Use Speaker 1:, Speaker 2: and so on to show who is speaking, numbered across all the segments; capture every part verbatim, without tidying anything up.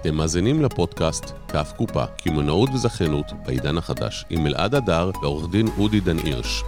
Speaker 1: אתם מאזינים לפודקאסט כף קופה, קמעונאות וזכיינות בעידן החדש, עם אלעד הדר ועורך דין אודי דן הירש.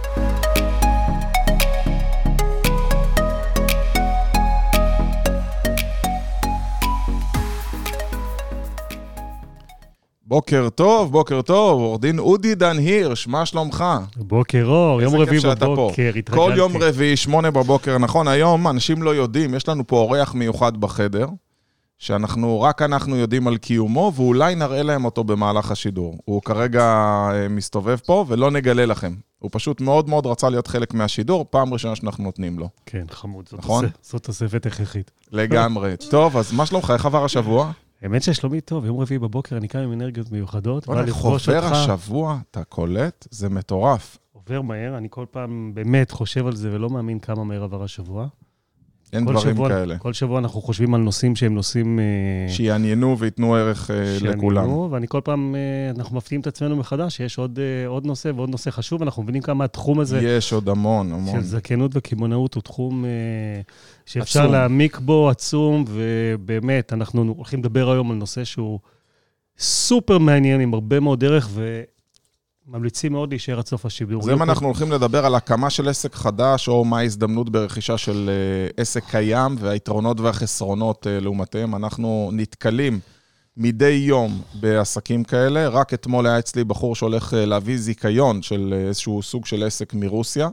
Speaker 2: בוקר טוב, בוקר טוב, עורך דין אודי דן הירש, מה שלומך?
Speaker 3: בוקר אור, יום רביעי בבוקר, התרגלתי.
Speaker 2: כל יום רביעי, שמונה בבוקר, נכון, היום אנשים לא יודעים, יש לנו פה אורח מיוחד בחדר, שאנחנו, רק אנחנו יודעים על קיומו, ואולי נראה להם אותו במהלך השידור. הוא כרגע מסתובב פה, ולא נגלה לכם. הוא פשוט מאוד מאוד רצה להיות חלק מהשידור, פעם ראשונה שאנחנו נותנים לו.
Speaker 3: כן, חמוד, זאת,
Speaker 2: נכון?
Speaker 3: תוס... זאת תוספת הכרחית.
Speaker 2: לגמרי. טוב, אז מה שלומך? איך עבר השבוע?
Speaker 3: האמת ששלומי טוב, יום רביעי בבוקר אני קם עם אנרגיות מיוחדות.
Speaker 2: חובר השבוע, אתה קולט, זה מטורף.
Speaker 3: עובר מהר, אני כל פעם באמת חושב על זה ולא מאמין כמה מהר עבר השבוע.
Speaker 2: אין דברים
Speaker 3: שבוע,
Speaker 2: כאלה.
Speaker 3: כל שבוע אנחנו חושבים על נושאים שהם נושאים...
Speaker 2: שיעניינו ויתנו ערך
Speaker 3: שיעניינו,
Speaker 2: לכולם.
Speaker 3: ואני כל פעם, אנחנו מפתיעים את עצמנו מחדש, שיש עוד, עוד נושא ועוד נושא חשוב, אנחנו מבינים כמה התחום הזה...
Speaker 2: יש עוד המון, המון.
Speaker 3: של זכיינות וקמעונאות הוא תחום שאפשר עצום. להעמיק בו, עצום, ובאמת, אנחנו הולכים לדבר היום על נושא שהוא סופר מעניין, עם הרבה מאוד דרך, ו... ממליצים מאוד להישאר עד סוף השידור.
Speaker 2: אז אם אנחנו הולכים לדבר על הקמה של עסק חדש, או מה ההזדמנות ברכישה של עסק קיים, והיתרונות והחסרונות לעומתהם, אנחנו נתקלים מדי יום בעסקים כאלה. רק אתמול היה אצלי בחור שהולך להביא זיקיון של איזשהו סוג של עסק מרוסיה,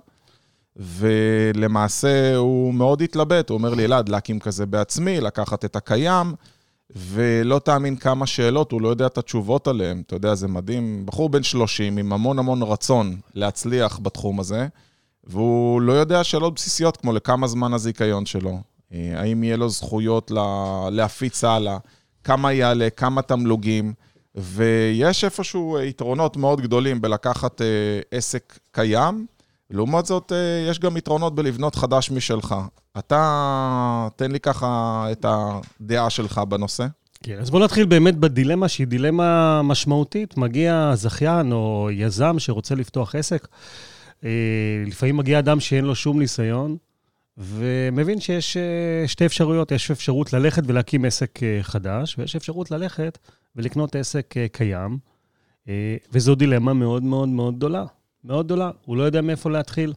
Speaker 2: ולמעשה הוא מאוד התלבט, הוא אומר לי, אלעד, להקים כזה בעצמי, לקחת את הקיים, ולא תאמין כמה שאלות, הוא לא יודע את התשובות עליהן. אתה יודע, זה מדהים. בחור בן שלושים עם המון המון רצון להצליח בתחום הזה, והוא לא יודע שאלות בסיסיות כמו לכמה זמן הזיקיון שלו, האם יהיה לו זכויות להפיץ הלאה, כמה יעלה, כמה תמלוגים, ויש איפשהו יתרונות מאוד גדולים בלקחת עסק קיים, לעומת זאת יש גם יתרונות בלבנות חדש משלך. אתה תן לי ככה את הדעה שלך בנושא.
Speaker 3: כן, אז בוא נתחיל באמת בדילמה שהיא דילמה משמעותית. מגיע זכיין או יזם שרוצה לפתוח עסק. לפעמים מגיע אדם שאין לו שום ניסיון, ומבין שיש שתי אפשרויות. יש אפשרות ללכת ולהקים עסק חדש, ויש אפשרות ללכת ולקנות עסק קיים, וזו דילמה מאוד מאוד מאוד גדולה. מאוד גדולה. הוא לא יודע מאיפה להתחיל.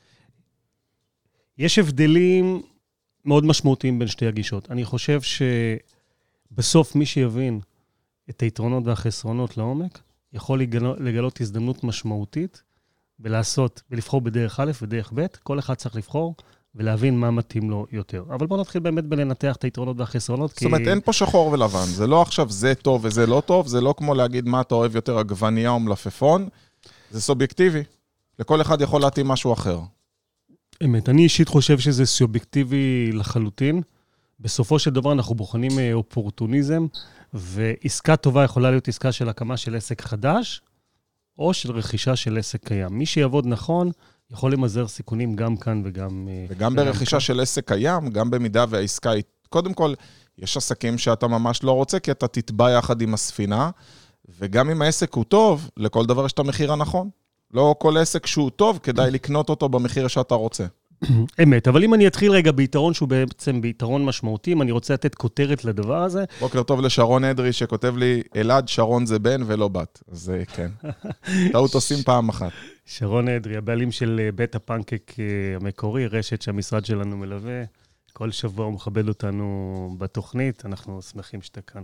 Speaker 3: יש הבדלים מאוד משמעותיים בין שתי הגישות. אני חושב שבסוף מי שיבין את היתרונות והחסרונות לעומק, יכול לגלות, לגלות הזדמנות משמעותית ולעשות, ולבחור בדרך א' ודרך ב', כל אחד צריך לבחור ולהבין מה מתאים לו יותר. אבל בואו נתחיל באמת בלנתח את היתרונות והחסרונות.
Speaker 2: זאת אומרת, כי... אין פה שחור ולבן. זה לא עכשיו זה טוב וזה לא טוב, זה לא כמו להגיד מה אתה אוהב יותר, עגבנייה או מלפפון. זה סובייקטיבי. לכל אחד יכול להתאים משהו אחר.
Speaker 3: אמת, אני אישית חושב שזה סובייקטיבי לחלוטין. בסופו של דבר אנחנו בוחנים אופורטוניזם, ועסקה טובה יכולה להיות עסקה של הקמה של עסק חדש, או של רכישה של עסק קיים. מי שיעבוד נכון, יכול למזער סיכונים גם כאן וגם...
Speaker 2: וגם ברכישה כאן. של עסק קיים, גם במידה והעסקה היא... קודם כל, יש עסקים שאתה ממש לא רוצה, כי אתה תטבע יחד עם הספינה, וגם אם העסק הוא טוב, לכל דבר יש את המחיר הנכון. לא כל עסק שהוא טוב, כדאי לקנות אותו במחיר שאתה רוצה.
Speaker 3: אמת, אבל אם אני אתחיל רגע ביתרון שהוא בעצם ביתרון משמעותי, אם אני רוצה לתת כותרת לדבר הזה...
Speaker 2: בוקר טוב לשרון אדרי שכותב לי, אלעד, שרון זה בן ולא בת. אז כן. טעות עושים פעם אחת.
Speaker 3: שרון אדרי, הבעלים של בית הפנקק המקורי, רשת שהמשרד שלנו מלווה. כל שבוע הוא מכבד אותנו בתוכנית, אנחנו שמחים שאתה כאן.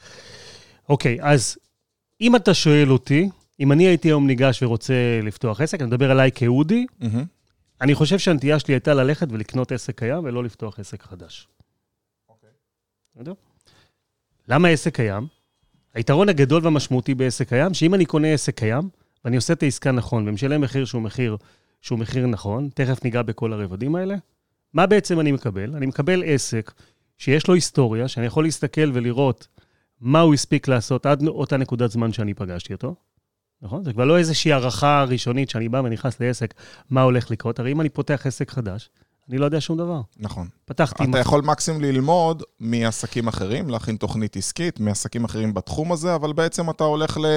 Speaker 3: אוקיי, אז אם אתה שואל אותי, אם אני הייתי היום ניגש ורוצה לפתוח עסק, אני מדבר עליי כאודי, mm-hmm. אני חושב שהנטייה שלי הייתה ללכת ולקנות עסק קיים ולא לפתוח עסק חדש. אוקיי. Okay. למה עסק קיים? היתרון הגדול והמשמעותי בעסק קיים, שאם אני קונה עסק קיים, ואני עושה את העסקה נכון, ומשלם מחיר שהוא מחיר, שהוא מחיר נכון, תכף ניגע בכל הרבדים האלה, מה בעצם אני מקבל? אני מקבל עסק שיש לו היסטוריה, שאני יכול להסתכל ולראות מה הוא הספיק לעשות עד אותה נקודת זמן שאני פגשתי אותו. נכון? זה כבר לא איזושהי הערכה ראשונית שאני בא ונכנס לעסק, מה הולך לקרות. הרי אם אני פותח עסק חדש, אני לא יודע שום דבר.
Speaker 2: נכון.
Speaker 3: פתחתי...
Speaker 2: אתה יכול מקסימום ללמוד מעסקים אחרים, להכין תוכנית עסקית, מעסקים אחרים בתחום הזה, אבל בעצם אתה הולך ל...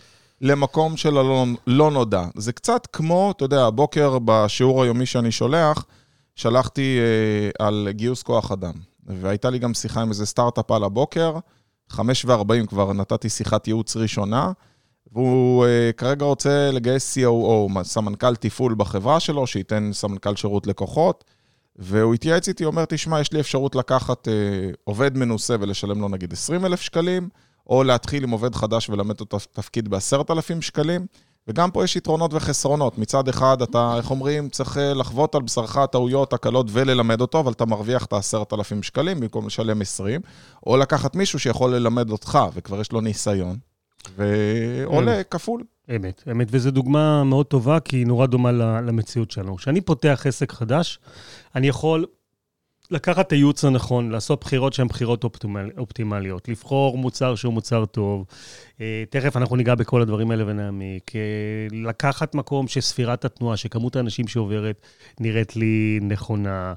Speaker 2: למקום של הלא לא נודע. זה קצת כמו, אתה יודע, הבוקר בשיעור היומי שאני שולח, שלחתי אה, על גיוס כוח אדם. והייתה לי גם שיחה עם איזה סטארט-אפ על הבוקר, חמש וארבעים כבר נתתי שיחת ייעוץ ראשונה, והוא uh, כרגע רוצה לגייס סי או או, סמנכ"ל תפעול בחברה שלו, שייתן סמנכ"ל שירות לקוחות, והוא התייעץ איתי, אומר, תשמע, יש לי אפשרות לקחת uh, עובד מנוסה ולשלם לו נגיד עשרים אלף שקלים, או להתחיל עם עובד חדש ולמד אותו תפקיד ב-עשרת אלפים שקלים, וגם פה יש יתרונות וחסרונות. מצד אחד, אתה, איך אומרים, צריך לחוות על בשרך טעויות, הקלות וללמד אותו, אבל אתה מרוויח את ה-עשרת אלפים שקלים במקום לשלם עשרים, או לקחת מישהו שיכול ללמד אותך, וכבר יש לו ניסיון, ועולה כפול.
Speaker 3: אמת, אמת, וזו דוגמה מאוד טובה, כי היא נורא דומה למציאות שלנו. כשאני פותח עסק חדש, אני יכול לקחת את הייעוץ הנכון, לעשות בחירות שהן בחירות אופטימל, אופטימליות, לבחור מוצר שהוא מוצר טוב, תכף אנחנו ניגע בכל הדברים האלה ונעמיק, לקחת מקום שספירת התנועה, שכמות האנשים שעוברת נראית לי נכונה,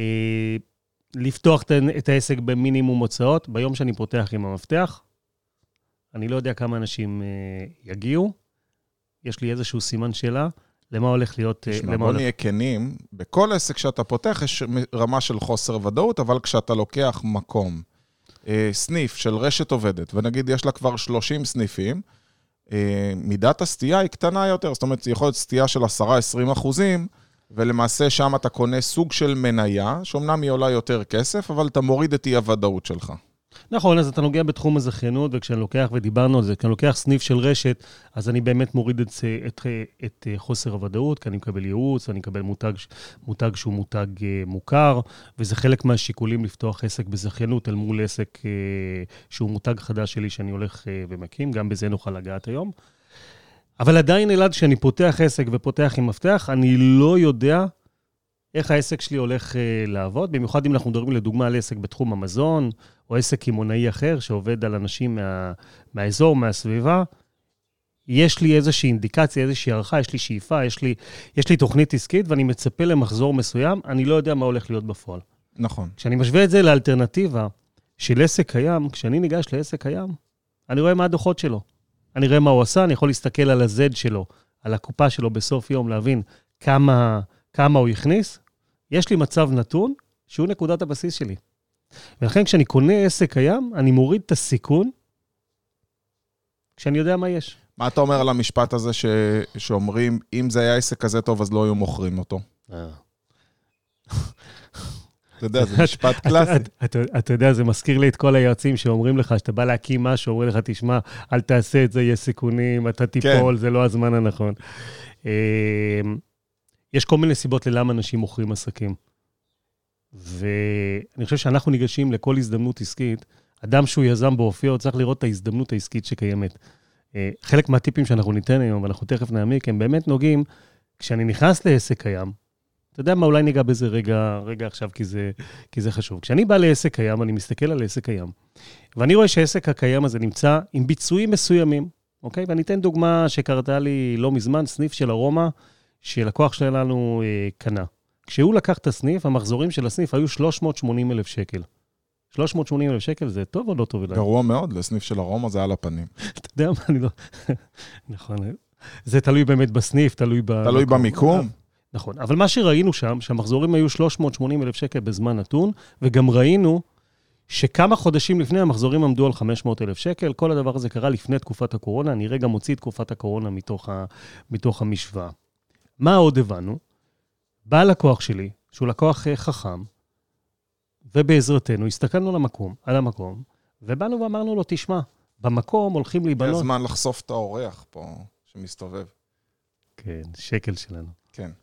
Speaker 3: לפתוח את העסק במינימום הוצאות, ביום שאני פותח עם המפתח, אני לא יודע כמה אנשים יגיעו, יש לי איזשהו סימן שאלה, למה הולך להיות...
Speaker 2: תשמע, בוא נהיה כנים, בכל עסק שאתה פותח יש רמה של חוסר ודאות, אבל כשאתה לוקח מקום, סניף של רשת עובדת, ונגיד יש לה כבר שלושים סניפים, מידת הסטייה היא קטנה יותר, זאת אומרת, יכול להיות סטייה של עשרה עד עשרים אחוזים, ולמעשה שם אתה קונה סוג של מניה, שאומנם היא עולה יותר כסף, אבל אתה מוריד את אי-הוודאות שלך.
Speaker 3: נכון, אז אתה נוגע בתחום הזכיינות, וכשאני לוקח, ודיברנו על זה, כשאני לוקח סניף של רשת, אז אני באמת מוריד את, את, את חוסר הוודאות, כי אני מקבל ייעוץ, אני מקבל מותג, מותג שהוא מותג מוכר, וזה חלק מהשיקולים לפתוח עסק בזכיינות, אל מול עסק שהוא מותג חדש שלי, שאני הולך ומקים, גם בזה נוכל לגעת היום. אבל עדיין אלעד, כשאני פותח עסק ופותח עם מפתח, אני לא יודע איך העסק שלי הולך לעבוד, במיוחד אם אנחנו מדברים לדוגמה על עסק בתחום המזון, או עסק קימונאי אחר שעובד על אנשים מה, מהאזור, מהסביבה, יש לי איזושהי אינדיקציה, איזושהי הערכה, יש לי שאיפה, יש לי, יש לי תוכנית עסקית, ואני מצפה למחזור מסוים, אני לא יודע מה הולך להיות בפועל.
Speaker 2: נכון.
Speaker 3: כשאני משווה את זה לאלטרנטיבה של עסק קיים, כשאני ניגש לעסק קיים, אני רואה מה הדוחות שלו. אני רואה מה הוא עשה, אני יכול להסתכל על הזד שלו, על הקופה שלו בסוף יום, להבין כמה, כמה הוא הכניס. יש לי מצב נתון שהוא נקודת הבסיס שלי. ולכן כשאני קונה עסק קיים, אני מוריד את הסיכון כשאני יודע מה יש.
Speaker 2: מה אתה אומר על המשפט הזה ש... שאומרים, אם זה היה עסק כזה טוב, אז לא היו מוכרים אותו? אתה יודע, זה משפט קלאסי.
Speaker 3: אתה יודע, זה מזכיר לי את כל היועצים שאומרים לך, שאתה בא להקים משהו, אומרים לך, תשמע, אל תעשה את זה, יש סיכונים, אתה תיפול, זה לא הזמן הנכון. יש כל מיני סיבות ללמה אנשים מוכרים עסקים. ואני חושב שאנחנו ניגשים לכל הזדמנות עסקית, אדם שהוא יזם באופיו, צריך לראות את ההזדמנות העסקית שקיימת. חלק מהטיפים שאנחנו ניתן היום, ואנחנו תכף נעמיק, הם באמת נוגעים, כשאני נכנס לעסק קיים, אתה יודע מה, אולי ניגע בזה רגע, רגע עכשיו, כי זה, כי זה חשוב. כשאני בא לעסק קיים, אני מסתכל על עסק קיים, ואני רואה שהעסק הקיים הזה נמצא עם ביצועים מסוימים, אוקיי? ואני אתן דוגמה שקרתה לי לא מזמן, סניף של ארומה, שלקוח שלנו אה, קנה. כשהוא לקח את הסניף, המחזורים של הסניף היו שלוש מאות ושמונים אלף שקל. שלוש מאות ושמונים אלף שקל זה טוב או לא טוב?
Speaker 2: גרוע מאוד, לסניף של ארומה זה על הפנים.
Speaker 3: אתה יודע מה, אני לא... נכון, זה תלוי באמת בסניף, תלוי ב...
Speaker 2: תלוי במיקום.
Speaker 3: נכון, אבל מה שראינו שם, שהמחזורים היו שלוש מאות ושמונים אלף שקל בזמן נתון, וגם ראינו שכמה חודשים לפני המחזורים עמדו על חמש מאות אלף שקל, כל הדבר הזה קרה לפני תקופת הקורונה, אני רגע מוציא את תקופת הקורונה מתוך, ה... מתוך המשוואה. מה עוד הבנו? בא לקוח שלי, שהוא לקוח חכם, ובעזרתנו הסתכלנו למקום, על המקום, ובאנו ואמרנו לו, תשמע, במקום הולכים להיבנות...
Speaker 2: זה הזמן לחשוף את האורח פה, שמסתובב.
Speaker 3: כן, שקל שלנו.
Speaker 2: כן.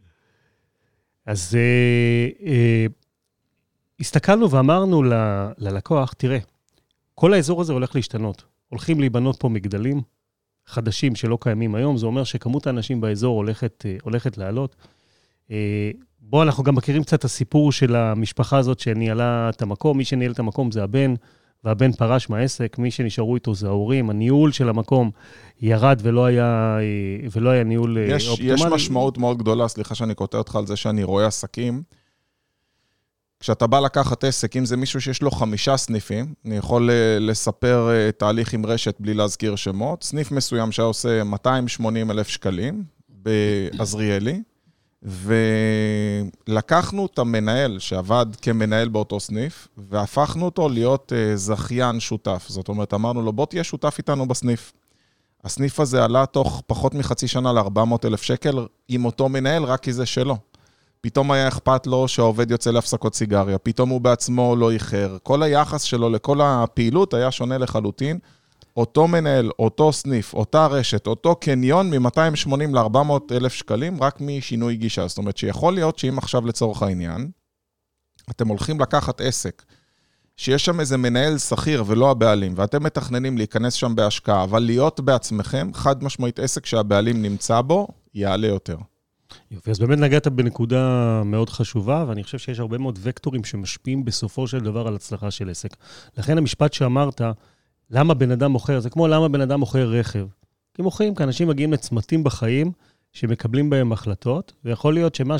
Speaker 3: אז אה, אה, הסתכלנו ואמרנו ל, ללקוח, תראה, כל האזור הזה הולך להשתנות. הולכים להיבנות פה מגדלים חדשים שלא קיימים היום, זה אומר שכמות האנשים באזור הולכת, אה, הולכת לעלות. אה, בוא, אנחנו גם מכירים קצת את הסיפור של המשפחה הזאת שניהלה את המקום, מי שניהל את המקום זה הבן, והבן פרש מהעסק, מי שנשארו איתו זה ההורים, הניהול של המקום ירד ולא היה, ולא היה ניהול
Speaker 2: יש,
Speaker 3: אופטימלי.
Speaker 2: יש משמעות מאוד גדולה, סליחה שאני כותב אותך על זה שאני רואה עסקים, כשאתה בא לקחת עסק, אם זה מישהו שיש לו חמישה סניפים, אני יכול לספר תהליך עם רשת בלי להזכיר שמות, סניף מסוים שעושה מאתיים ושמונים אלף שקלים בעזריאלי, ולקחנו את המנהל שעבד כמנהל באותו סניף, והפכנו אותו להיות זכיין שותף. זאת אומרת, אמרנו לו, בוא תהיה שותף איתנו בסניף. הסניף הזה עלה תוך פחות מחצי שנה ל-ארבע מאות אלף שקל עם אותו מנהל, רק כי זה שלו. פתאום היה אכפת לו שהעובד יוצא להפסקות סיגריה, פתאום הוא בעצמו לא איחר. כל היחס שלו לכל הפעילות היה שונה לחלוטין. אותו מנהל, אותו סניף, אותה רשת, אותו קניון, מ-מאתיים ושמונים ל-ארבע מאות אלף שקלים, רק משינוי גישה. זאת אומרת שיכול להיות שאם עכשיו לצורך העניין, אתם הולכים לקחת עסק, שיש שם איזה מנהל שכיר ולא הבעלים, ואתם מתכננים להיכנס שם בהשקעה, אבל להיות בעצמכם, חד משמעית עסק שהבעלים נמצא בו, יעלה יותר.
Speaker 3: יופי, אז באמת נגעת בנקודה מאוד חשובה, ואני חושב שיש הרבה מאוד וקטורים שמשפיעים בסופו של דבר על הצלחה של עסק. לכן המשפט שאמרת, למה בן אדם מוכר? זה כמו למה בן אדם מוכר רכב. כי מוכרים, כי אנשים מגיעים לצמתים בחיים, שמקבלים בהם החלטות, ויכול להיות שמה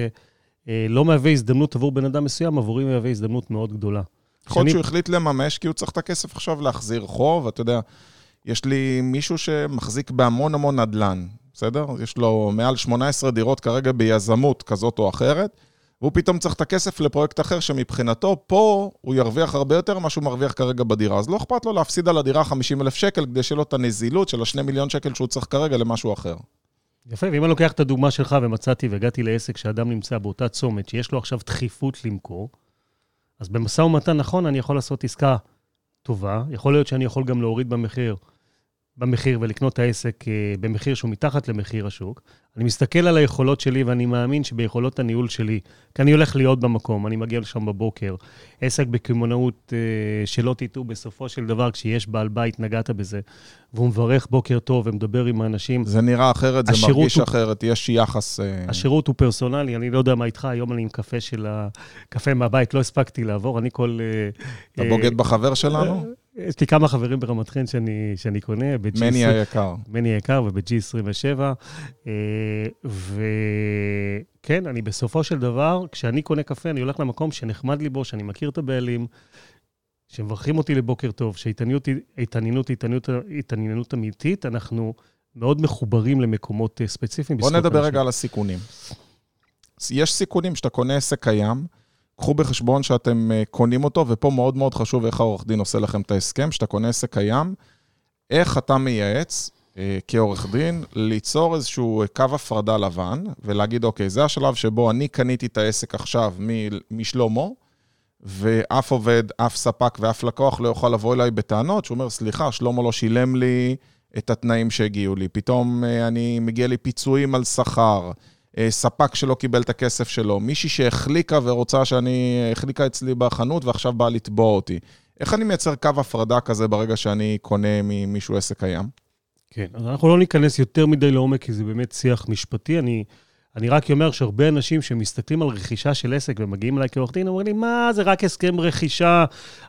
Speaker 3: שלא מהווה הזדמנות עבור בן אדם מסוים, עבורי מהווה הזדמנות מאוד גדולה.
Speaker 2: יכול להיות שהוא החליט לממש, כי הוא צריך את הכסף עכשיו להחזיר חוב, אתה יודע, יש לי מישהו שמחזיק בהמון המון נדל"ן, בסדר? יש לו מעל שמונה עשרה דירות כרגע ביזמות כזאת או אחרת, והוא פתאום צריך את הכסף לפרויקט אחר שמבחינתו, פה הוא ירוויח הרבה יותר ממה שהוא מרוויח כרגע בדירה. אז לא אכפת לו להפסיד על הדירה חמישים אלף שקל, כדי שלא את הנזילות של השני מיליון שקל שהוא צריך כרגע למשהו אחר.
Speaker 3: יפה, ואם אני לוקח את הדוגמה שלך ומצאתי והגעתי לעסק שאדם נמצא באותה צומת, שיש לו עכשיו דחיפות למכור, אז במשא ומתן נכון, אני יכול לעשות עסקה טובה, יכול להיות שאני יכול גם להוריד במחיר, במחיר ולקנות את העסק במחיר שהוא מתחת למחיר השוק. אני מסתכל על היכולות שלי ואני מאמין שביכולות הניהול שלי, כי אני הולך להיות במקום, אני מגיע לשם בבוקר, עסק בקמעונאות שלא תיתו בסופו של דבר, כשיש בעל בית, נגעת בזה, והוא מברך בוקר טוב ומדבר עם האנשים.
Speaker 2: זה נראה אחרת, זה מרגיש הוא... אחרת, יש יחס...
Speaker 3: השירות הוא פרסונלי, אני לא יודע מה איתך, היום אני עם קפה של הקפה מהבית, לא הספקתי לעבור, אני כל...
Speaker 2: אתה בוגד בחבר שלנו?
Speaker 3: יש לי כמה חברים ברמת חן שאני, שאני קונה.
Speaker 2: מני היקר.
Speaker 3: מני היקר וב-ג'י עשרים ושבע. וכן, אני בסופו של דבר, כשאני קונה קפה, אני הולך למקום שנחמד לי בו, שאני מכיר את הבעלים, שמברכים אותי לבוקר טוב, שהתעניינות, התעניינות, התעניינות, התעניינות אמיתית, אנחנו מאוד מחוברים למקומות ספציפיים.
Speaker 2: בוא נדבר רגע על הסיכונים. יש סיכונים שאתה קונה עסק קיים, קחו בחשבון שאתם קונים אותו, ופה מאוד מאוד חשוב איך העורך דין עושה לכם את ההסכם, שאתה קונה עסק קיים, איך אתה מייעץ כעורך דין ליצור איזשהו קו הפרדה לבן, ולהגיד, אוקיי, זה השלב שבו אני קניתי את העסק עכשיו משלומו, ואף עובד, אף ספק ואף לקוח לא יוכל לבוא אליי בטענות, שהוא אומר, סליחה, שלומו לא שילם לי את התנאים שהגיעו לי, פתאום אני מגיע לי פיצויים על שכר, ספק שלא קיבל את הכסף שלו, מישהי שהחליקה ורוצה שאני, החליקה אצלי בחנות ועכשיו באה לתבוע אותי. איך אני מייצר קו הפרדה כזה ברגע שאני קונה ממישהו עסק קיים?
Speaker 3: כן, אז אנחנו לא ניכנס יותר מדי לעומק, כי זה באמת שיח משפטי. אני, אני רק אומר שהרבה אנשים שמסתכלים על רכישה של עסק ומגיעים אליי כעורך דין, אומרים לי, מה, זה רק הסכם רכישה,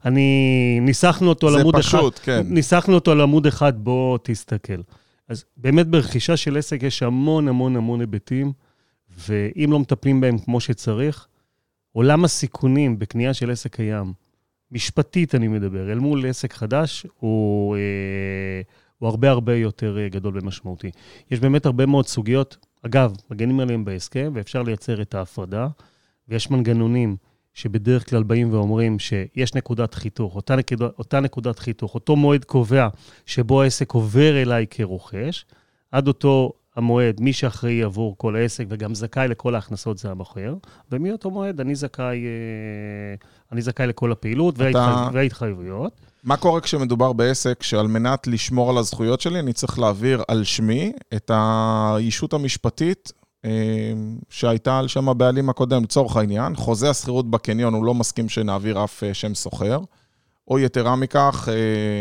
Speaker 3: אני ניסחנו אותו על עמוד אחד. זה פשוט, כן. ניסחנו אותו על עמוד אחד, בוא תסתכל. אז באמת ברכישה של עסק יש המון המון המון היבטים, ואם לא מטפלים בהם כמו שצריך, עולם הסיכונים בקנייה של עסק קיים, משפטית אני מדבר, אל מול עסק חדש, הוא, אה, הוא הרבה הרבה יותר גדול ומשמעותי. יש באמת הרבה מאוד סוגיות, אגב, מגנים עליהם בהסכם, ואפשר לייצר את ההפרדה, ויש מנגנונים שבדרך כלל באים ואומרים שיש נקודת חיתוך, אותה, נקוד, אותה נקודת חיתוך, אותו מועד קובע שבו העסק עובר אליי כרוכש, עד אותו המועד, מי שאחראי עבור כל העסק וגם זכאי לכל ההכנסות זה המוכר, ומאותו מועד אני זכאי, אני זכאי לכל הפעילות אתה... וההתחייבויות.
Speaker 2: מה קורה כשמדובר בעסק שעל מנת לשמור על הזכויות שלי, אני צריך להעביר על שמי את הישות המשפטית שהייתה על שם הבעלים הקודם, לצורך העניין, חוזה הסחירות בקניון, הוא לא מסכים שנעביר אף שם סוחר, או יתרה מכך,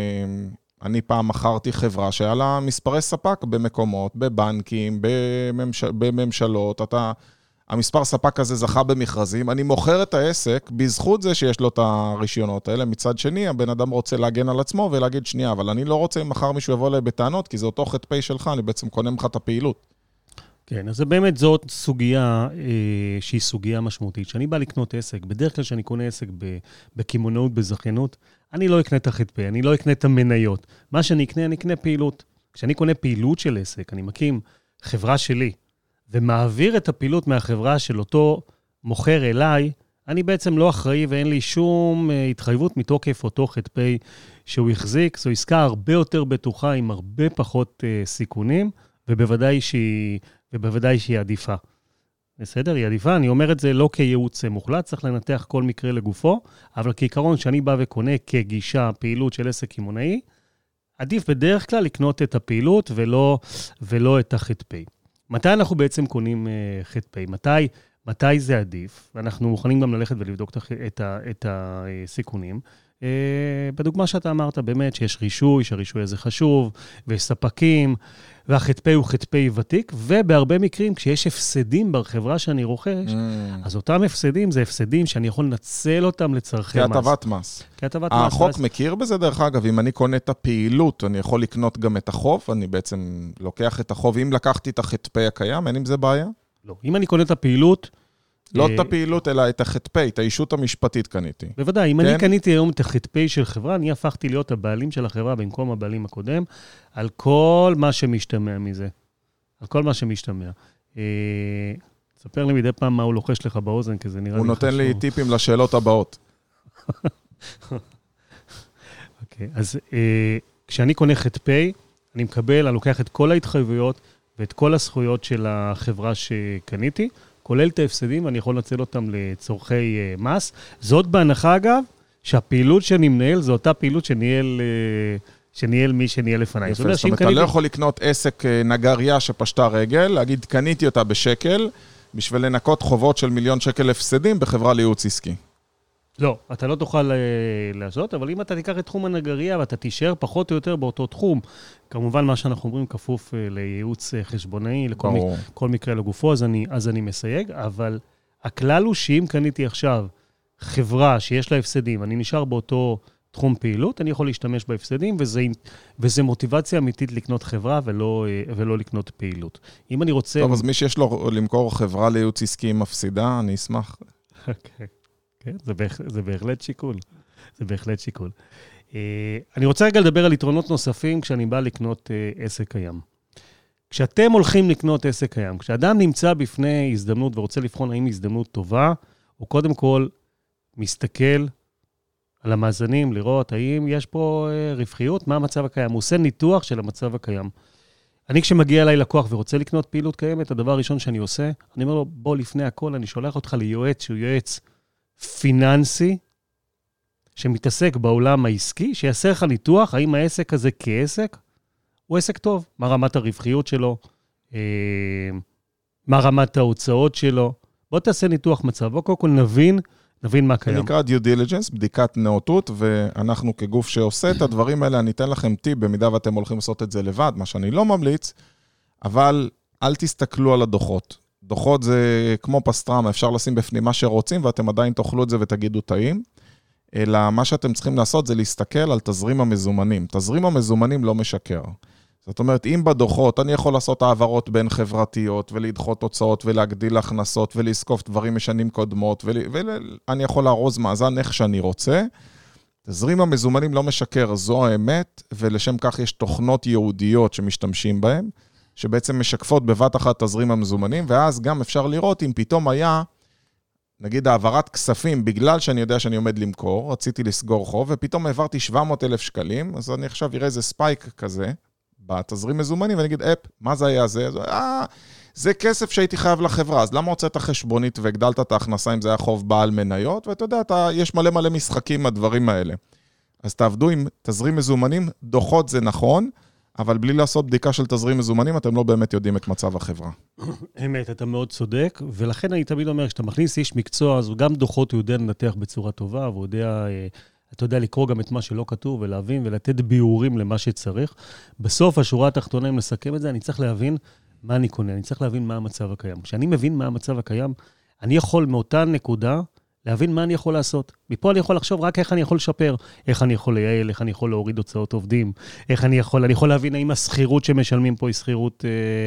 Speaker 2: אני פעם מכרתי חברה שהיה לה מספרי ספק במקומות, בבנקים, בממשל, בממשלות, אתה, המספר ספק הזה זכה במכרזים, אני מוכר את העסק בזכות זה שיש לו את הרישיונות האלה, מצד שני, הבן אדם רוצה להגן על עצמו ולהגיד שנייה, אבל אני לא רוצה אם מחר מישהו יבוא אליי בטענות, כי זה אותו חטא פי שלך, אני בעצם קונה ממך את הפעילות.
Speaker 3: כן, אז באמת זאת סוגיה אה, שהיא סוגיה משמעותית. כשאני בא לקנות עסק, בדרך כלל שאני קונה עסק בקמעונאות, בזכיינות, אני לא אקנה את החטא, אני לא אקנה את המניות. מה שאני אקנה, אני אקנה פעילות. כשאני קונה פעילות של עסק, אני מקים חברה שלי, ומעביר את הפעילות מהחברה של אותו מוכר אליי, אני בעצם לא אחראי ואין לי שום התחייבות מתוקף אותו חטפי שהוא החזיק. זו עסקה הרבה יותר בטוחה עם הרבה פחות סיכונים, ובוודאי שהיא, ובוודאי שהיא עדיפה. בסדר? היא עדיפה. אני אומר את זה לא כייעוץ מוחלט, צריך לנתח כל מקרה לגופו, אבל כעיקרון שאני בא וקונה כגישה פעילות של עסק קמעונאי, עדיף בדרך כלל לקנות את הפעילות ולא, ולא את החטפי. מתי אנחנו בעצם קונים חטפי? מתי, מתי זה עדיף? ואנחנו מוכנים גם ללכת ולבדוק את, ה, את הסיכונים. בדוגמה שאתה אמרת באמת שיש רישוי, שהרישוי הזה חשוב, ויש ספקים, והחטפי הוא חטפי ותיק, ובהרבה מקרים כשיש הפסדים בחברה שאני רוכש, mm. אז אותם הפסדים זה הפסדים שאני יכול לנצל אותם לצרכי מס.
Speaker 2: כהטבת מס.
Speaker 3: כהטבת מס.
Speaker 2: החוק
Speaker 3: מס.
Speaker 2: מכיר בזה דרך אגב, אם אני קונה את הפעילות, אני יכול לקנות גם את החוב, אני בעצם לוקח את החוב, אם לקחתי את החטפי הקיים, אין עם זה בעיה?
Speaker 3: לא. אם אני קונה את הפעילות,
Speaker 2: לא את הפעילות, אלא את החטפי, את האישות המשפטית קניתי.
Speaker 3: בוודאי, אם אני קניתי היום את החטפי של חברה, אני הפכתי להיות הבעלים של החברה במקום הבעלים הקודם, על כל מה שמשתמע מזה. על כל מה שמשתמע. ספר לי מדי פעם מה הוא לוחש לך באוזן, כי זה נראה לי חשוב.
Speaker 2: הוא נותן לי טיפים לשאלות הבאות.
Speaker 3: אוקיי, אז כשאני קונה חטפי, אני מקבל, אני לוקח את כל ההתחייבויות ואת כל הזכויות של החברה שקניתי, כולל את ההפסדים, ואני יכול לנצל אותם לצורכי uh, מס. זאת בהנחה, אגב, שהפעילות שאני מנהל, זו אותה פעילות שניהל, uh, שניהל מי שניהל לפניי.
Speaker 2: יפה, זאת אומרת, אתה לא יכול לקנות עסק נגריה שפשטה רגל, להגיד, קניתי אותה בשקל, בשביל לנקות חובות של מיליון שקל הפסדים בחברה לייעוץ עסקי.
Speaker 3: לא, אתה לא תוכל לעשות, אבל אם אתה תיקח את תחום הנגריה, ואתה תישאר פחות או יותר באותו תחום, כמובן מה שאנחנו אומרים כפוף לייעוץ חשבונאי, לכל מק... כל מקרה לגופו, אז אני, אז אני מסייג, אבל הכלל הוא שאם קניתי עכשיו חברה שיש לה הפסדים, אני נשאר באותו תחום פעילות, אני יכול להשתמש בהפסדים, וזה, וזה מוטיבציה אמיתית לקנות חברה ולא, ולא לקנות פעילות. אם אני רוצה...
Speaker 2: טוב, אז מי שיש לו למכור חברה לייעוץ עסקי מפסידה, אני אשמח.
Speaker 3: אוקיי. כן, זה, בהח... זה בהחלט שיקול. זה בהחלט שיקול. אני רוצה רגע לדבר על יתרונות נוספים כשאני בא לקנות עסק קיים. כשאתם הולכים לקנות עסק קיים, כשאדם נמצא בפני הזדמנות ורוצה לבחון האם הזדמנות טובה, הוא קודם כל מסתכל על המאזנים, לראות האם יש פה רווחיות, מה המצב הקיים. הוא עושה ניתוח של המצב הקיים. אני כשמגיע אליי לקוח ורוצה לקנות פעילות קיימת, הדבר הראשון שאני עושה, אני אומר לו, בוא לפני הכל, אני שולח אותך ליועץ שהוא יועץ פיננסי, שמתעסק בעולם העסקי, שיעשה לך ניתוח, האם העסק הזה כעסק, הוא עסק טוב. מה רמת הרווחיות שלו, מה רמת ההוצאות שלו. בוא תעשה ניתוח מצב, בוא קודם כל נבין, נבין מה קיים.
Speaker 2: זה נקרא due diligence, בדיקת נאותות, ואנחנו כגוף שעושה את הדברים האלה, אני אתן לכם טיפ, במידה ואתם הולכים לעשות את זה לבד, מה שאני לא ממליץ, אבל אל תסתכלו על הדוחות. דוחות זה כמו פסטרמה, אפשר לשים בפנים מה שרוצים, ואתם עדיין תאכלו את זה ותגידו טעים, אלא מה שאתם צריכים לעשות זה להסתכל על תזרים המזומנים. תזרים המזומנים לא משקר. זאת אומרת, אם בדוחות אני יכול לעשות העברות בין חברתיות, ולדחות הוצאות ולהגדיל הכנסות, ולזקוף דברים משנים קודמות, ואני יכול להרוז מאזן איך שאני רוצה, תזרים המזומנים לא משקר, זו האמת, ולשם כך יש תוכנות ייעודיות שמשתמשים בהן, שבעצם משקפות בבת אחת תזרים המזומנים, ואז גם אפשר לראות אם פתאום היה, נגיד העברת כספים, בגלל שאני יודע שאני עומד למכור, רציתי לסגור חוב, ופתאום העברתי שבע מאות אלף שקלים, אז אני עכשיו אראה איזה ספייק כזה, בתזרים מזומנים, ואני אגיד, אפ, מה זה היה זה? אה, זה כסף שהייתי חייב לחברה, אז למה הוצאת חשבונית והגדלת את ההכנסה אם זה היה חוב בעל מניות? ואתה יודע, אתה, יש מלא מלא משחקים מהדברים האלה. אז תעבדו עם תזרים מזומנים, דוחות זה נכון, אבל בלי לעשות בדיקה של תזרים מזומנים, אתם לא באמת יודעים את מצב החברה.
Speaker 3: אמת, אתה מאוד צודק, ולכן אני תמיד אומר, כשאתה מכניס איש מקצוע, אז גם דוחות הוא יודע לנתח בצורה טובה, והוא יודע, אתה יודע לקרוא גם את מה שלא כתוב, ולהבין ולתת ביאורים למה שצריך. בסוף, השורה התחתונה, אם נסכם את זה, אני צריך להבין מה אני קונה, אני צריך להבין מה המצב הקיים. כשאני מבין מה המצב הקיים, אני יכול מאותה נקודה להבין מה אני יכול לעשות. מפה אני יכול לחשוב רק איך אני יכול לשפר, איך אני יכול לייעל, איך אני יכול להוריד הוצאות עובדים, איך אני יכול, אני יכול להבין האם הסחירות שמשלמים פה היא סחירות,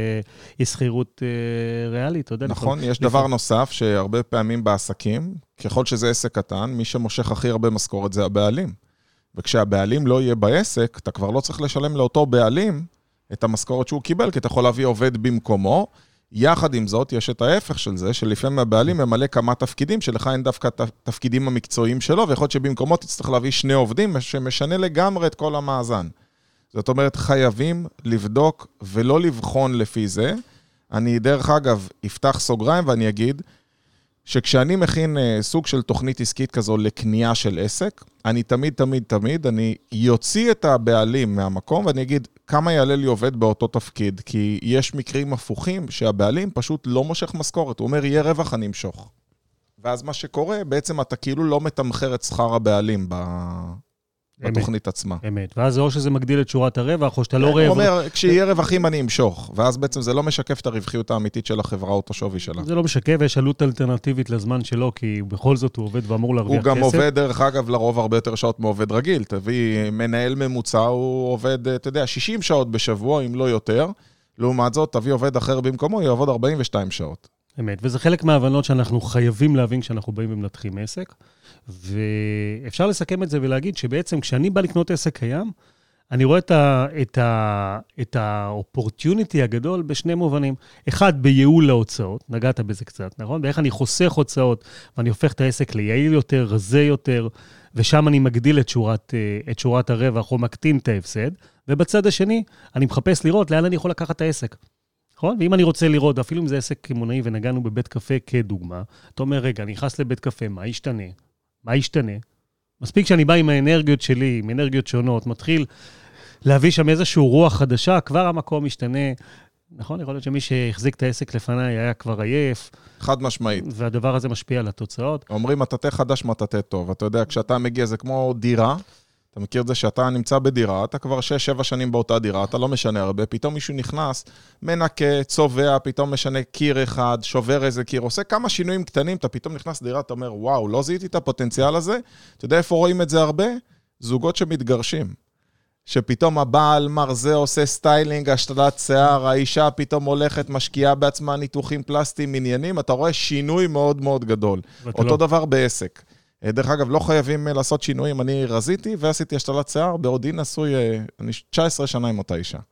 Speaker 3: היא סחירות ריאלית, אתה יודע?
Speaker 2: נכון, יש דבר נוסף שהרבה פעמים בעסקים, ככל שזה עסק קטן, מי שמושך הכי הרבה משכורת זה הבעלים. וכשהבעלים לא יהיה בעסק, אתה כבר לא צריך לשלם לאותו בעלים את המשכורת שהוא קיבל, כי אתה יכול להביא עובד במקומו, יחד עם זאת, יש את ההפך של זה, שלפעמים הבעלים ממלא כמה תפקידים, שלך אין דווקא תפקידים המקצועיים שלו, ויכול להיות שבמקומות תצטרך להביא שני עובדים, שמשנה לגמרי את כל המאזן. זאת אומרת, חייבים לבדוק ולא לבחון לפי זה. אני דרך אגב, אפתח סוגריים ואני אגיד, שכשאני מכין סוג של תוכנית עסקית כזו לקנייה של עסק, אני תמיד, תמיד, תמיד, אני יוציא את הבעלים מהמקום, ואני אגיד כמה יעלה לי עובד באותו תפקיד, כי יש מקרים הפוכים שהבעלים פשוט לא מושך משכורת, הוא אומר, יהיה רווח, אני אמשוך. ואז מה שקורה, בעצם אתה כאילו לא מתמחר את שכר הבעלים ב... בתוכנית עצמה.
Speaker 3: אמת, ואז או שזה מגדיל את שורת הרווח, או שאתה לא רואה...
Speaker 2: הוא אומר, כשיהיה רווחים אני אמשוך, ואז בעצם זה לא משקף את הרווחיות האמיתית של החברה או את השווי שלה.
Speaker 3: זה לא משקף, יש עלות אלטרנטיבית לזמן שלו, כי בכל זאת הוא עובד ואמור להרוויח כסף.
Speaker 2: הוא גם עובד, דרך אגב, לרוב הרבה יותר שעות מעובד רגיל. תביא מנהל ממוצע, הוא עובד, אתה יודע, שישים שעות בשבוע, אם לא יותר. לעומת זאת, תביא עובד אחר במקומו, יעבוד ארבעים ושתיים שעות.
Speaker 3: אמת, וזה חלק מההבנות שאנחנו חייבים להבין כשאנחנו באים ומנתחים עסק, ואפשר לסכם את זה ולהגיד שבעצם כשאני בא לקנות עסק קיים, אני רואה את ה, את ה, את האופורטיוניטי הגדול בשני מובנים. אחד, בייעול להוצאות, נגעת בזה קצת, נכון? באיך אני חוסך הוצאות, ואני הופך את העסק ליעיל יותר, רזה יותר, ושם אני מגדיל את שורת, את שורת הרווח, או מקטין את ההפסד, ובצד השני, אני מחפש לראות לאן אני יכול לקחת את העסק. נכון? ואם אני רוצה לראות, אפילו אם זה עסק קמעונאי ונגענו בבית קפה כדוגמה, אתה אומר, רגע, אני נכנס לבית קפה, מה ישתנה? מה ישתנה? מספיק שאני בא עם האנרגיות שלי, עם אנרגיות שונות, מתחיל להביא שם איזשהו רוח חדשה, כבר המקום משתנה. נכון? יכול להיות שמי שהחזיק את העסק לפניי היה כבר עייף.
Speaker 2: חד משמעית.
Speaker 3: והדבר הזה משפיע על התוצאות.
Speaker 2: אומרים, מטאטא חדש, מטאטא טוב. אתה יודע, כשאתה מגיע, זה כמו דירה, אתה מכיר את זה שאתה נמצא בדירה, אתה כבר שש, שבע שנים באותה דירה, אתה לא משנה הרבה, פתאום מישהו נכנס, מנקה, צובע, פתאום משנה קיר אחד, שובר איזה קיר, עושה כמה שינויים קטנים, אתה פתאום נכנס לדירה, אתה אומר, וואו, לא זיהיתי את הפוטנציאל הזה, אתה יודע איפה רואים את זה הרבה? זוגות שמתגרשים. שפתאום הבעל מרזה עושה סטיילינג, השתלת שיער, האישה פתאום הולכת, משקיעה בעצמה ניתוחים פלסטיים, עניינים, אתה רואה שינוי מאוד מאוד גדול. אותו לא. דבר בעסק. דרך אגב, לא חייבים לעשות שינויים, אני רזיתי ועשיתי השתלת שיער, בעודי נשוי, אני תשע עשרה שנה עם אותה אישה.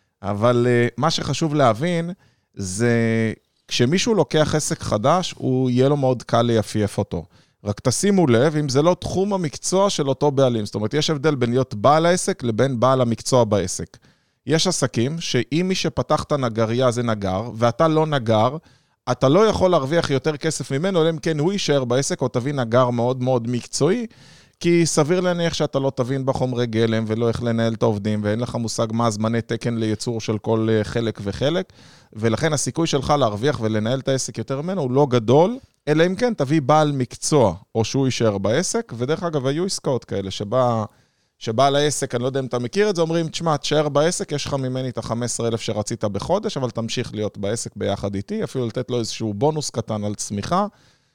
Speaker 2: אבל מה שחשוב להבין, זה כשמישהו לוקח עסק חדש, הוא יהיה לו מאוד קל לייפייף אותו. רק תשימו לב, אם זה לא תחום המקצוע של אותו בעלים. זאת אומרת, יש הבדל בין להיות בעל העסק לבין בעל המקצוע בעסק. יש עסקים שאם מי שפתח את הנגריה זה נגר, ואתה לא נגר, אתה לא יכול להרוויח יותר כסף ממנו, אלא אם כן הוא יישאר בעסק, או תבין נגר מאוד מאוד מקצועי, כי סביר להניח שאתה לא תבין בחומרי גלם, ולא איך לנהל את העובדים, ואין לך מושג מה זמני תקן לייצור של כל חלק וחלק, ולכן הסיכוי שלך להרוויח ולנהל את העסק יותר ממנו הוא לא גדול, אלא אם כן תביא בעל מקצוע, או שהוא יישאר בעסק, ודרך אגב היו עסקאות כאלה, שבא... שבעל העסק, אני לא יודע אם אתה מכיר את זה, אומרים, תשמע, תשאר בעסק, יש לך ממני את ה-חמישה עשר אלף שרצית בחודש, אבל תמשיך להיות בעסק ביחד איתי, אפילו לתת לו איזשהו בונוס קטן על צמיחה,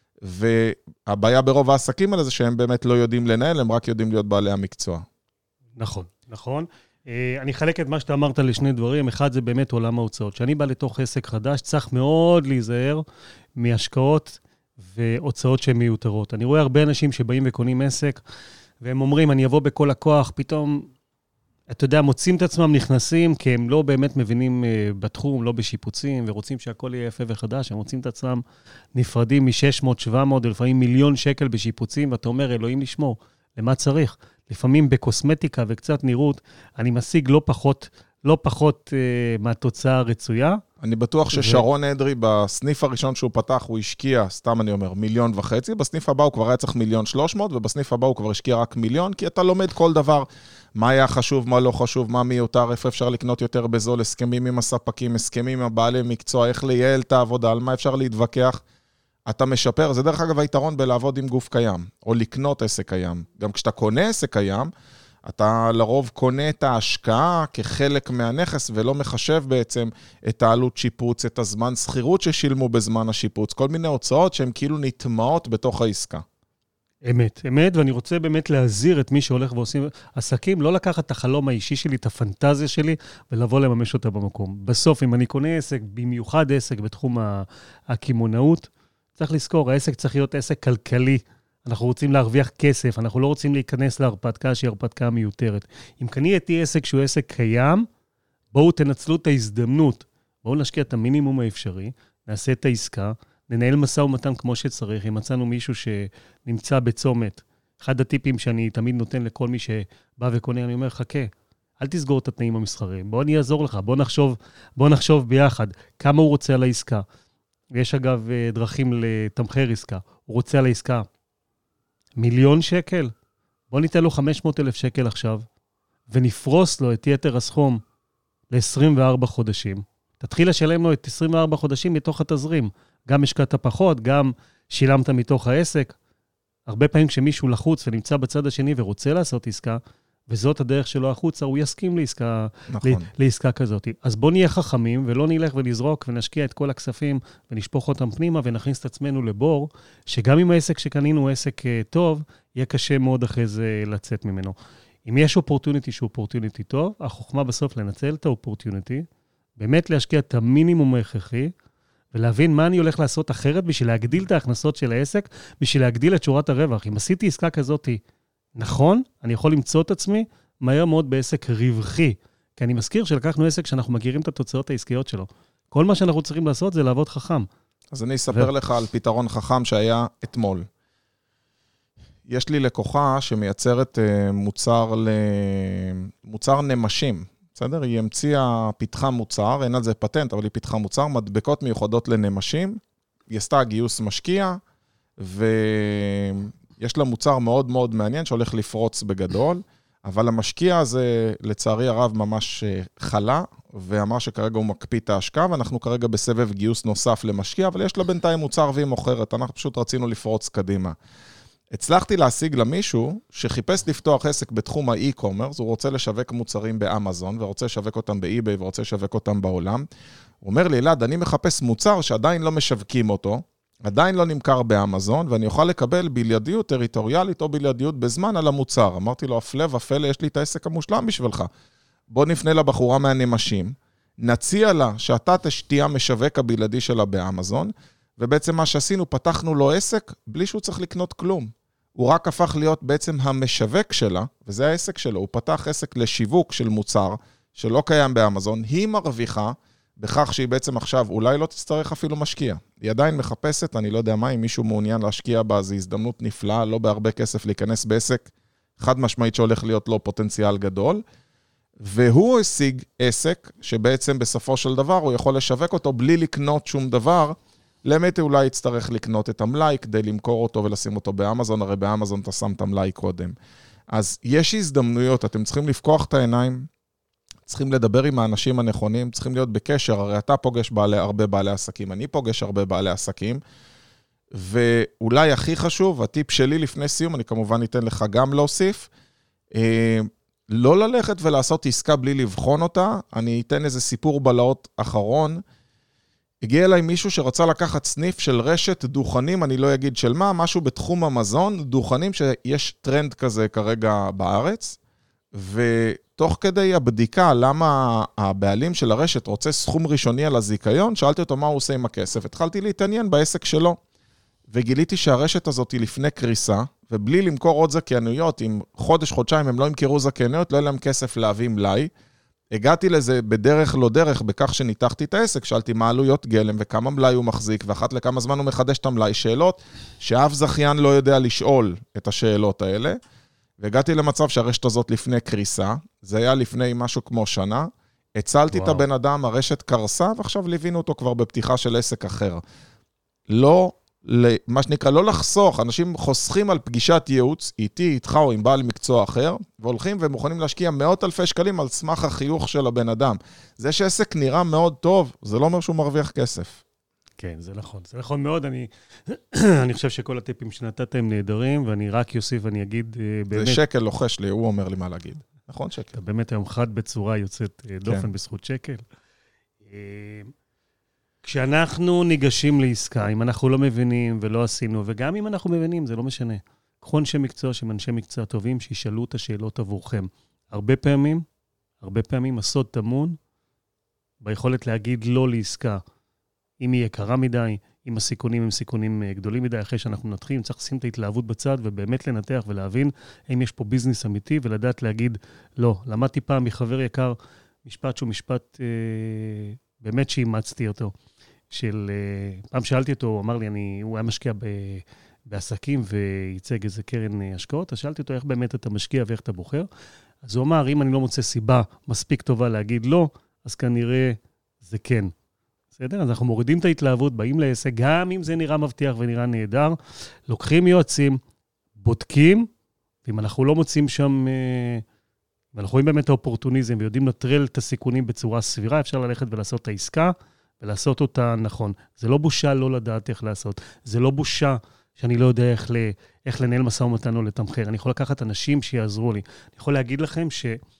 Speaker 2: והבעיה ברוב העסקים האלה זה שהם באמת לא יודעים לנהל, הם רק יודעים להיות בעלי המקצוע.
Speaker 3: נכון, נכון. אני חלק את מה שאתה אמרת לשני דברים, אחד זה באמת עולם ההוצאות. כשאני בא לתוך עסק חדש, צריך מאוד להיזהר מהשקעות והוצאות שהן מיותרות. אני רואה הרבה אנשים שבאים וקונים עסק, והם אומרים, אני אבוא בכל הכוח, פתאום, אתה יודע, מוצאים את עצמם, נכנסים, כי הם לא באמת מבינים בתחום, לא בשיפוצים, ורוצים שהכל יהיה יפה וחדש, הם מוצאים את עצמם נפרדים מ-שש מאות, שבע מאות, לפעמים מיליון שקל בשיפוצים, ואתה אומר, אלוהים לשמור, למה צריך? לפעמים בקוסמטיקה וקצת נראות, אני משיג לא פחות, לא פחות uh, מהתוצאה הרצויה.
Speaker 2: אני בטוח ששרון אדרי, בסניף הראשון שהוא פתח, הוא השקיע, סתם אני אומר, מיליון וחצי, בסניף הבא הוא כבר היה צריך מיליון שלוש מאות, ובסניף הבא הוא כבר השקיע רק מיליון, כי אתה לומד כל דבר, מה היה חשוב, מה לא חשוב, מה מיותר, איפה אפשר לקנות יותר בזול, הסכמים עם הספקים, הסכמים עם הבעלי מקצוע, איך לייעל את העבודה, על מה אפשר להתווכח. אתה משפר, זה דרך אגב היתרון בלעבוד עם גוף קיים, או לקנות עסק קיים. גם כשאתה קונה עסק קיים, אתה לרוב קונה את ההשקעה כחלק מהנכס, ולא מחשב בעצם את העלות שיפוץ, את הזמן שכירות ששילמו בזמן השיפוץ, כל מיני הוצאות שהן כאילו נטמעות בתוך העסקה.
Speaker 3: אמת, אמת, ואני רוצה באמת להזהיר את מי שהולך ועושים עסקים, לא לקחת את החלום האישי שלי, את הפנטזיה שלי, ולבוא לממש אותה במקום. בסוף, אם אני קונה עסק, במיוחד עסק בתחום הקמעונאות, צריך לזכור, העסק צריך להיות עסק כלכלי, אנחנו רוצים להרוויח כסף, אנחנו לא רוצים להיכנס להרפתקה שהיא הרפתקה מיותרת. אם קניתי עסק שהוא עסק קיים, בואו תנצלו את ההזדמנות, בואו נשקיע את המינימום האפשרי, נעשה את העסקה, ננהל משא ומתן כמו שצריך, אם מצאנו מישהו שנמצא בצומת, אחד הטיפים שאני תמיד נותן לכל מי שבא וקונה, אני אומר, חכה, אל תסגור את התנאים המסחריים, בוא אני אעזור לך, בוא נחשוב, בוא נחשוב ביחד, כמה הוא רוצה על העסקה. יש אגב דרכים לתמחר עסקה, הוא רוצה על העסקה מיליון שקל, בוא ניתן לו חמש מאות אלף שקל עכשיו, ונפרוס לו את יתר הסכום ל-עשרים וארבעה חודשים. תתחיל לשלם לו את עשרים וארבעה חודשים מתוך התזרים. גם השקעת פחות, גם שילמת מתוך העסק. הרבה פעמים כשמישהו לחוץ ונמצא בצד השני ורוצה לעשות עסקה, וזאת הדרך שלו החוצה, הוא יסכים לעסקה, נכון. לעסקה כזאת. אז בוא נהיה חכמים ולא נלך ונזרוק ונשקיע את כל הכספים ונשפוך אותם פנימה ונכניס את עצמנו לבור, שגם אם העסק שקנינו הוא עסק טוב, יהיה קשה מאוד אחרי זה לצאת ממנו. אם יש אופורטוניטי שהוא אופורטוניטי טוב, החוכמה בסוף לנצל את האופורטוניטי, באמת להשקיע את המינימום ההכרחי, ולהבין מה אני הולך לעשות אחרת בשביל להגדיל את ההכנסות של העסק, בשביל להגדיל את שורת הרווח. אם עשיתי עסקה כזאת, נכון, אני יכול למצוא את עצמי מהר מאוד בעסק רווחי, כי אני מזכיר שלקחנו עסק שאנחנו מכירים את התוצאות העסקיות שלו. כל מה שאנחנו צריכים לעשות זה לעבוד חכם.
Speaker 2: אז אני אספר ו... לך על פתרון חכם שהיה אתמול. יש לי לקוחה שמייצרת מוצר, ל... מוצר נמשים. בסדר? היא המציאה פיתחה מוצר, אין על זה פטנט, אבל היא פיתחה מוצר, מדבקות מיוחדות לנמשים, היא עשתה גיוס משקיע, ויש לה מוצר מאוד מאוד מעניין שהולך לפרוץ בגדול, אבל המשקיע הזה לצערי הרב ממש חלה, ואמר שכרגע הוא מקפיא את ההשקעה, ואנחנו כרגע בסבב גיוס נוסף למשקיע, אבל יש לה בינתיים מוצר והיא מוכרת, אנחנו פשוט רצינו לפרוץ קדימה. הצלחתי להשיג למישהו שחיפש לפתוח עסק בתחום האי-קומרס, הוא רוצה לשווק מוצרים באמזון, ורוצה לשווק אותם באי-ביי, ורוצה לשווק אותם בעולם. הוא אומר לי, אלעד, אני מחפש מוצר שעדיין לא משווקים אותו, עדיין לא נמכר באמזון, ואני אוכל לקבל בלעדיות טריטוריאלית או בלעדיות בזמן על המוצר. אמרתי לו, הפלא ופלא, יש לי את העסק המושלם בשבילך. בוא נפנה לבחורה מהנמשים, נציע לה שאתה תשתיה משווק הבלעדי שלה באמזון, ובעצם מה שעשינו, פתחנו לו עסק בלי שהוא צריך לקנות כלום. הוא רק הפך להיות בעצם המשווק שלה, וזה העסק שלו, הוא פתח עסק לשיווק של מוצר, שלא קיים באמזון, היא מרוויחה, בכך שהיא בעצם עכשיו, אולי לא תצטרך אפילו משקיע. היא עדיין מחפשת, אני לא יודע מה, אם מישהו מעוניין להשקיע בה, זו הזדמנות נפלאה, לא בהרבה כסף להיכנס בעסק, חד משמעית שהולך להיות לו פוטנציאל גדול, והוא השיג עסק, שבעצם בסופו של דבר, הוא יכול לשווק אותו בלי לקנות שום דבר, למתי אולי יצטרך לקנות את המלאי כדי למכור אותו ולשים אותו באמזון, הרי באמזון אתה שם את המלאי קודם. אז יש הזדמנויות, אתם צריכים לפקוח את העיניים, צריכים לדבר עם האנשים הנכונים, צריכים להיות בקשר, הרי אתה פוגש בעלי, הרבה בעלי עסקים, אני פוגש הרבה בעלי עסקים, ואולי הכי חשוב, הטיפ שלי לפני סיום, אני כמובן אתן לך גם להוסיף, לא ללכת ולעשות עסקה בלי לבחון אותה, אני אתן איזה סיפור בלהות אחרון, הגיע אליי מישהו שרצה לקחת סניף של רשת דוכנים, אני לא אגיד של מה, משהו בתחום המזון, דוכנים שיש טרנד כזה כרגע בארץ, ותוך כדי הבדיקה למה הבעלים של הרשת רוצה סכום ראשוני על הזיקיון, שאלתי אותו מה הוא עושה עם הכסף, התחלתי להתעניין בעסק שלו, וגיליתי שהרשת הזאת היא לפני קריסה, ובלי למכור עוד זכיינויות, אם חודש, חודשיים הם לא ימכרו זכיינויות, לא יהיה להם כסף להביא מלאי, הגעתי לזה בדרך לא דרך, בכך שניתחתי את העסק, שאלתי מה עלויות גלם וכמה מלאי הוא מחזיק, ואחת לכמה זמן הוא מחדש את המלאי, שאלות שאף זכיין לא יודע לשאול את השאלות האלה, והגעתי למצב שהרשת הזאת לפני קריסה, זה היה לפני משהו כמו שנה, הצלתי וואו. את הבן אדם, הרשת קרסה, ועכשיו ליווינו אותו כבר בפתיחה של עסק אחר. לא, מה שנקרא, לא לחסוך, אנשים חוסכים על פגישת ייעוץ, איתי, איתך או עם בעל מקצוע אחר, והולכים ומוכנים להשקיע מאות אלפי שקלים על סמך החיוך של הבן אדם. זה שעסק נראה מאוד טוב, זה לא אומר שהוא מרוויח כסף.
Speaker 3: כן, זה נכון. זה נכון מאוד. אני, אני חושב שכל הטיפים שנתת הם נהדרים, ואני רק יוסיף ואני אגיד באמת...
Speaker 2: זה שקל לוחש לי, הוא אומר לי מה להגיד. נכון, שקל.
Speaker 3: אתה באמת היום חד בצורה יוצאת דופן כן. בזכות שקל. כשאנחנו ניגשים לעסקה, אם אנחנו לא מבינים ולא עשינו, וגם אם אנחנו מבינים, זה לא משנה. קחו אנשי מקצוע שהם אנשי מקצוע טובים, שישאלו את השאלות עבורכם. הרבה פעמים, הרבה פעמים הסוד טמון, ביכולת להגיד לא לעסקה. אם היא יקרה מדי, אם הסיכונים הם סיכונים גדולים מדי, אחרי שאנחנו נתחילים, צריך לשים את ההתלהבות בצד, ובאמת לנתח ולהבין האם יש פה ביזנס אמיתי, ולדעת להגיד לא. למדתי פעם מחבר יקר, משפט שהוא משפט... אה, באמת שאימצתי אותו. של, פעם שאלתי אותו, הוא אמר לי, אני, הוא היה משקיע ב, בעסקים וייצג איזה קרן השקעות, אז שאלתי אותו איך באמת אתה משקיע ואיך אתה בוחר. אז הוא אמר, אם אני לא מוצא סיבה מספיק טובה להגיד לא, אז כנראה זה כן. בסדר? אז אנחנו מורידים את ההתלהבות, באים לעסק, גם אם זה נראה מבטיח ונראה נהדר, לוקחים יועצים, בודקים, ואם אנחנו לא מוצאים שם, ואנחנו רואים באמת האופורטוניזם, ויודעים לטרל את הסיכונים בצורה סבירה, אפשר ללכת ולעשות את העסקה, ולעשות אותה נכון. זה לא בושה לא לדעת איך לעשות. זה לא בושה שאני לא יודע איך, ל... איך לנהל משא ומתן או לתמחר. אני יכול לקחת אנשים שיעזרו לי. אני יכול להגיד לכם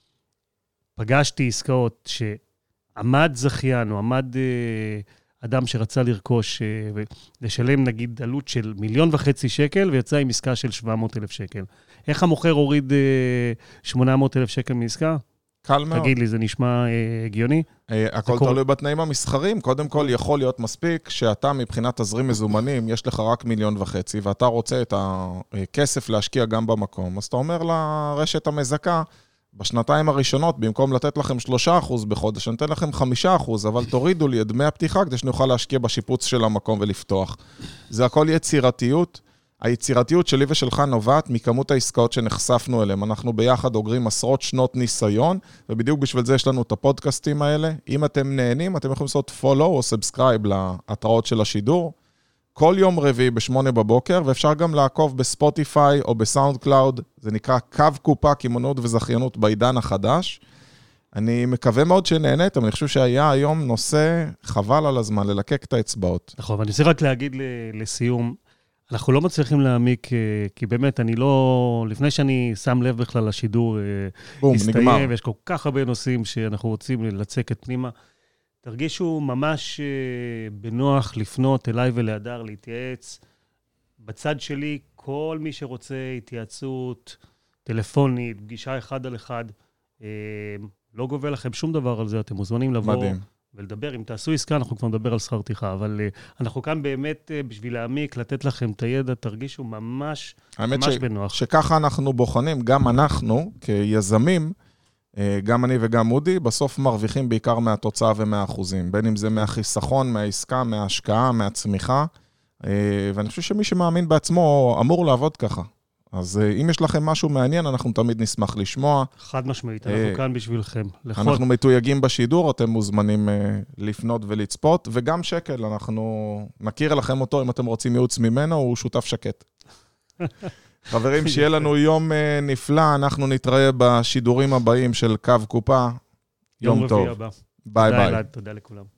Speaker 3: שפגשתי עסקאות שעמד זכיין, או עמד אה, אדם שרצה לרכוש, אה, ולשלם נגיד עלות של מיליון וחצי שקל, ויצא עם עסקה של שבע מאות אלף שקל. איך המוכר הוריד אה, שמונה מאות אלף שקל מעסקה?
Speaker 2: קל מאוד.
Speaker 3: תגיד לי, זה נשמע אה, הגיוני?
Speaker 2: אה, הכל תלוי בתנאים המסחרים. קודם כל, יכול להיות מספיק שאתה מבחינת תזרים מזומנים, יש לך רק מיליון וחצי, ואתה רוצה את הכסף להשקיע גם במקום. אז אתה אומר לרשת המזכה, בשנתיים הראשונות, במקום לתת לכם שלושה אחוז בחודש, אני אתן לכם חמישה אחוז, אבל תורידו לי את דמי הפתיחה, כדי שנוכל להשקיע בשיפוץ של המקום ולפתוח. זה הכל יצירתיות. היצירתיות שלי ושלך נובעת מכמות העסקאות שנחשפנו אליהם. אנחנו ביחד אוגרים עשרות שנות ניסיון, ובדיוק בשביל זה יש לנו את הפודקאסטים האלה. אם אתם נהנים, אתם יכולים לעשות follow או subscribe להתראות של השידור. כל יום רביעי בשמונה בבוקר, ואפשר גם לעקוב בספוטיפיי או בסאונד קלאוד. זה נקרא קו קופה, קמעונאות וזכיינות בעידן החדש. אני מקווה מאוד שנהנתם, אני חושב שהיה היום נושא חבל על הזמן, ללקק את האצבעות.
Speaker 3: נכון, ואני רוצה רק להגיד לסיום, אנחנו לא מצליחים להעמיק, כי באמת אני לא, לפני שאני שם לב בכלל לשידור,
Speaker 2: בום,
Speaker 3: הסתיים,
Speaker 2: נגמר.
Speaker 3: ויש כל כך הרבה נושאים שאנחנו רוצים לצקת פנימה. תרגישו ממש בנוח לפנות אליי ולהדר, להתייעץ. בצד שלי, כל מי שרוצה התייעצות טלפונית, פגישה אחד על אחד, לא גובה לכם שום דבר על זה, אתם מוזמנים לבוא. מדהים. ולדבר, אם תעשו עסקה, אנחנו כבר נדבר על שכר טרחה, אבל uh, אנחנו כאן באמת uh, בשביל להעמיק, לתת לכם את הידע, תרגישו ממש, ממש ש- בנוח.
Speaker 2: שככה אנחנו בוחנים, גם אנחנו, כיזמים, uh, גם אני וגם אודי, בסוף מרוויחים בעיקר מהתוצאה ומהאחוזים, בין אם זה מהחיסכון, מהעסקה, מההשקעה, מהצמיחה, uh, ואני חושב שמי שמאמין בעצמו אמור לעבוד ככה. אז אם יש לכם משהו מעניין, אנחנו תמיד נשמח לשמוע.
Speaker 3: חד משמעית, אנחנו כאן בשבילכם.
Speaker 2: אנחנו מתויגים בשידור, אתם מוזמנים לפנות ולצפות, וגם שקל, אנחנו נכיר לכם אותו, אם אתם רוצים ייעוץ ממנו, הוא שותף שקט. חברים, שיהיה לנו יום נפלא, אנחנו נתראה בשידורים הבאים של קו קופה. יום טוב.
Speaker 3: ביי ביי. תודה לכולם.